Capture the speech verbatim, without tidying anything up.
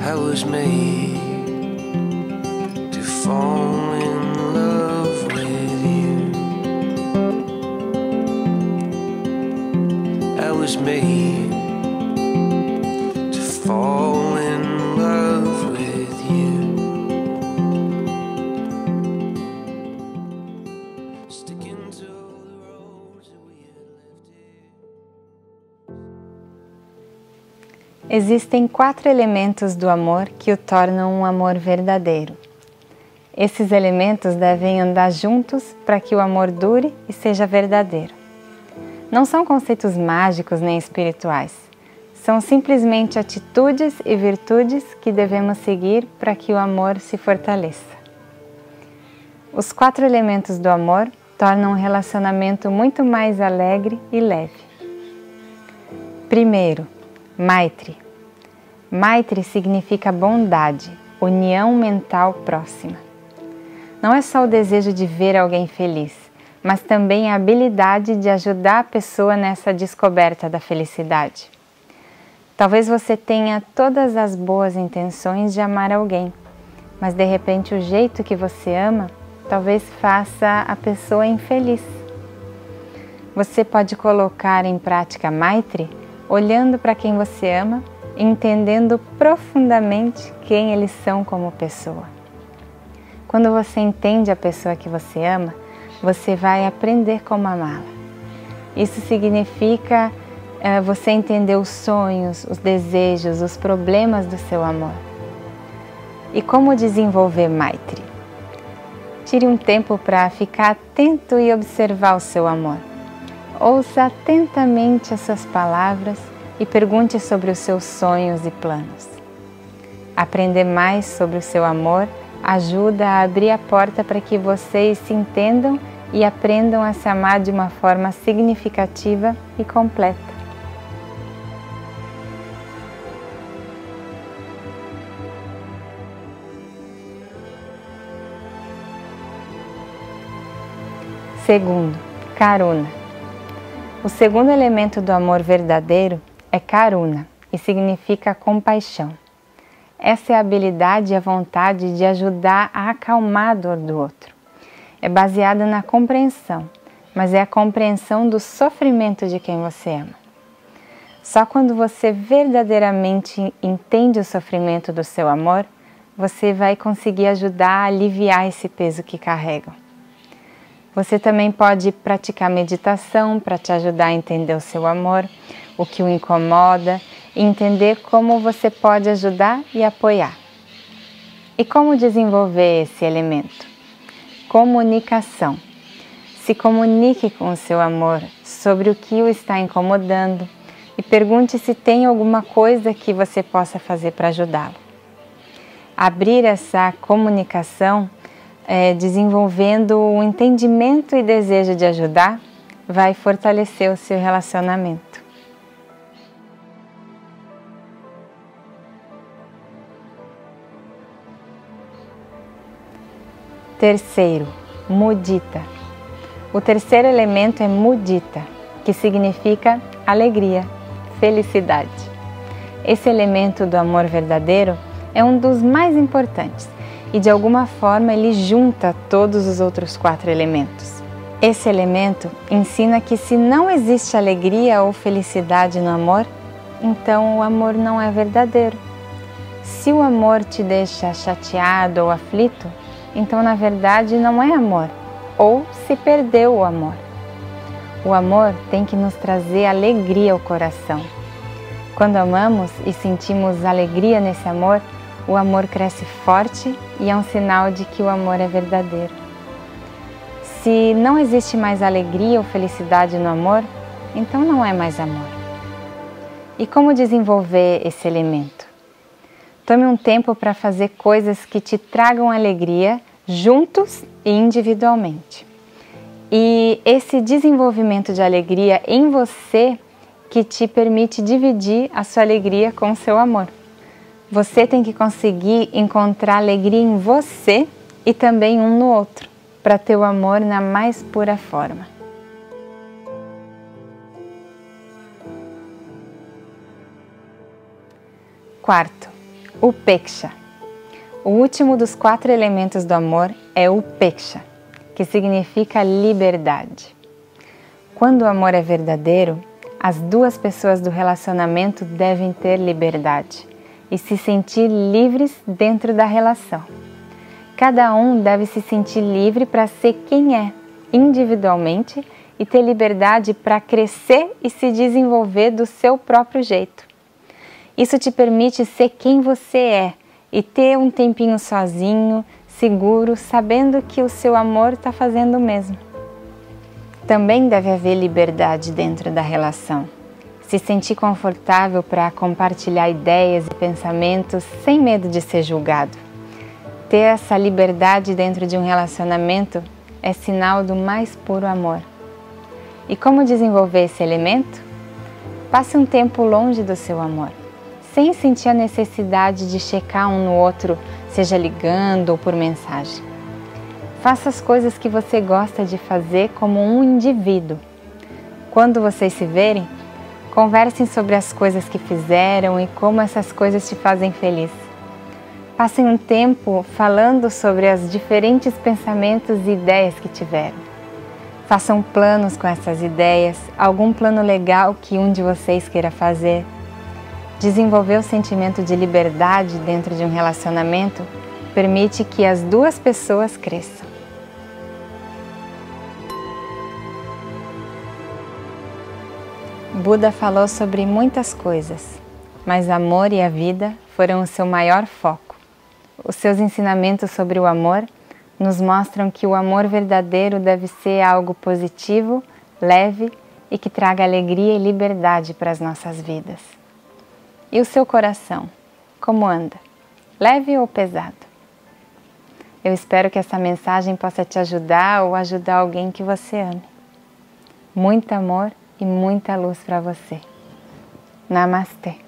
I was made to fall in love with you. I was made to fall in love with you. Sticking to the roads that we had lifted. Existem quatro elementos do amor que o tornam um amor verdadeiro. Esses elementos devem andar juntos para que o amor dure e seja verdadeiro. Não são conceitos mágicos nem espirituais. São simplesmente atitudes e virtudes que devemos seguir para que o amor se fortaleça. Os quatro elementos do amor tornam um relacionamento muito mais alegre e leve. Primeiro, Maitri. Maitri significa bondade, união mental próxima. Não é só o desejo de ver alguém feliz, mas também a habilidade de ajudar a pessoa nessa descoberta da felicidade. Talvez você tenha todas as boas intenções de amar alguém, mas de repente o jeito que você ama talvez faça a pessoa infeliz. Você pode colocar em prática Maitri olhando para quem você ama e entendendo profundamente quem eles são como pessoa. Quando você entende a pessoa que você ama, você vai aprender como amá-la. Isso significa uh, você entender os sonhos, os desejos, os problemas do seu amor. E como desenvolver Maitri? Tire um tempo para ficar atento e observar o seu amor. Ouça atentamente as suas palavras e pergunte sobre os seus sonhos e planos. Aprender mais sobre o seu amor ajuda a abrir a porta para que vocês se entendam e aprendam a se amar de uma forma significativa e completa. Segundo, Karuna. O segundo elemento do amor verdadeiro é Karuna e significa compaixão. Essa é a habilidade e a vontade de ajudar a acalmar a dor do outro. É baseada na compreensão, mas é a compreensão do sofrimento de quem você ama. Só quando você verdadeiramente entende o sofrimento do seu amor, você vai conseguir ajudar a aliviar esse peso que carregam. Você também pode praticar meditação para te ajudar a entender o seu amor, o que o incomoda e entender como você pode ajudar e apoiar. E como desenvolver esse elemento? Comunicação. Se comunique com o seu amor sobre o que o está incomodando e pergunte se tem alguma coisa que você possa fazer para ajudá-lo. Abrir essa comunicação, é, desenvolvendo o entendimento e desejo de ajudar, vai fortalecer o seu relacionamento. Terceiro, Mudita. O terceiro elemento é Mudita, que significa alegria, felicidade. Esse elemento do amor verdadeiro é um dos mais importantes e de alguma forma ele junta todos os outros quatro elementos. Esse elemento ensina que se não existe alegria ou felicidade no amor, então o amor não é verdadeiro. Se o amor te deixa chateado ou aflito, então na verdade não é amor, ou se perdeu o amor. O amor tem que nos trazer alegria ao coração. Quando amamos e sentimos alegria nesse amor, o amor cresce forte e é um sinal de que o amor é verdadeiro. Se não existe mais alegria ou felicidade no amor, então não é mais amor. E como desenvolver esse elemento? Tome um tempo para fazer coisas que te tragam alegria juntos e individualmente. E esse desenvolvimento de alegria em você que te permite dividir a sua alegria com o seu amor. Você tem que conseguir encontrar alegria em você e também um no outro, para ter o amor na mais pura forma. Quarto, Upeksha. O último dos quatro elementos do amor é Upeksha, que significa liberdade. Quando o amor é verdadeiro, as duas pessoas do relacionamento devem ter liberdade e se sentir livres dentro da relação. Cada um deve se sentir livre para ser quem é, individualmente, e ter liberdade para crescer e se desenvolver do seu próprio jeito. Isso te permite ser quem você é e ter um tempinho sozinho, seguro, sabendo que o seu amor está fazendo o mesmo. Também deve haver liberdade dentro da relação. Se sentir confortável para compartilhar ideias e pensamentos sem medo de ser julgado. Ter essa liberdade dentro de um relacionamento é sinal do mais puro amor. E como desenvolver esse elemento? Passe um tempo longe do seu amor, sem sentir a necessidade de checar um no outro, seja ligando ou por mensagem. Faça as coisas que você gosta de fazer como um indivíduo. Quando vocês se verem, conversem sobre as coisas que fizeram e como essas coisas te fazem feliz. Passem um tempo falando sobre os diferentes pensamentos e ideias que tiveram. Façam planos com essas ideias, algum plano legal que um de vocês queira fazer. Desenvolver o sentimento de liberdade dentro de um relacionamento permite que as duas pessoas cresçam. Buda falou sobre muitas coisas, mas amor e a vida foram o seu maior foco. Os seus ensinamentos sobre o amor nos mostram que o amor verdadeiro deve ser algo positivo, leve e que traga alegria e liberdade para as nossas vidas. E o seu coração, como anda? Leve ou pesado? Eu espero que essa mensagem possa te ajudar ou ajudar alguém que você ame. Muito amor e muita luz para você. Namastê!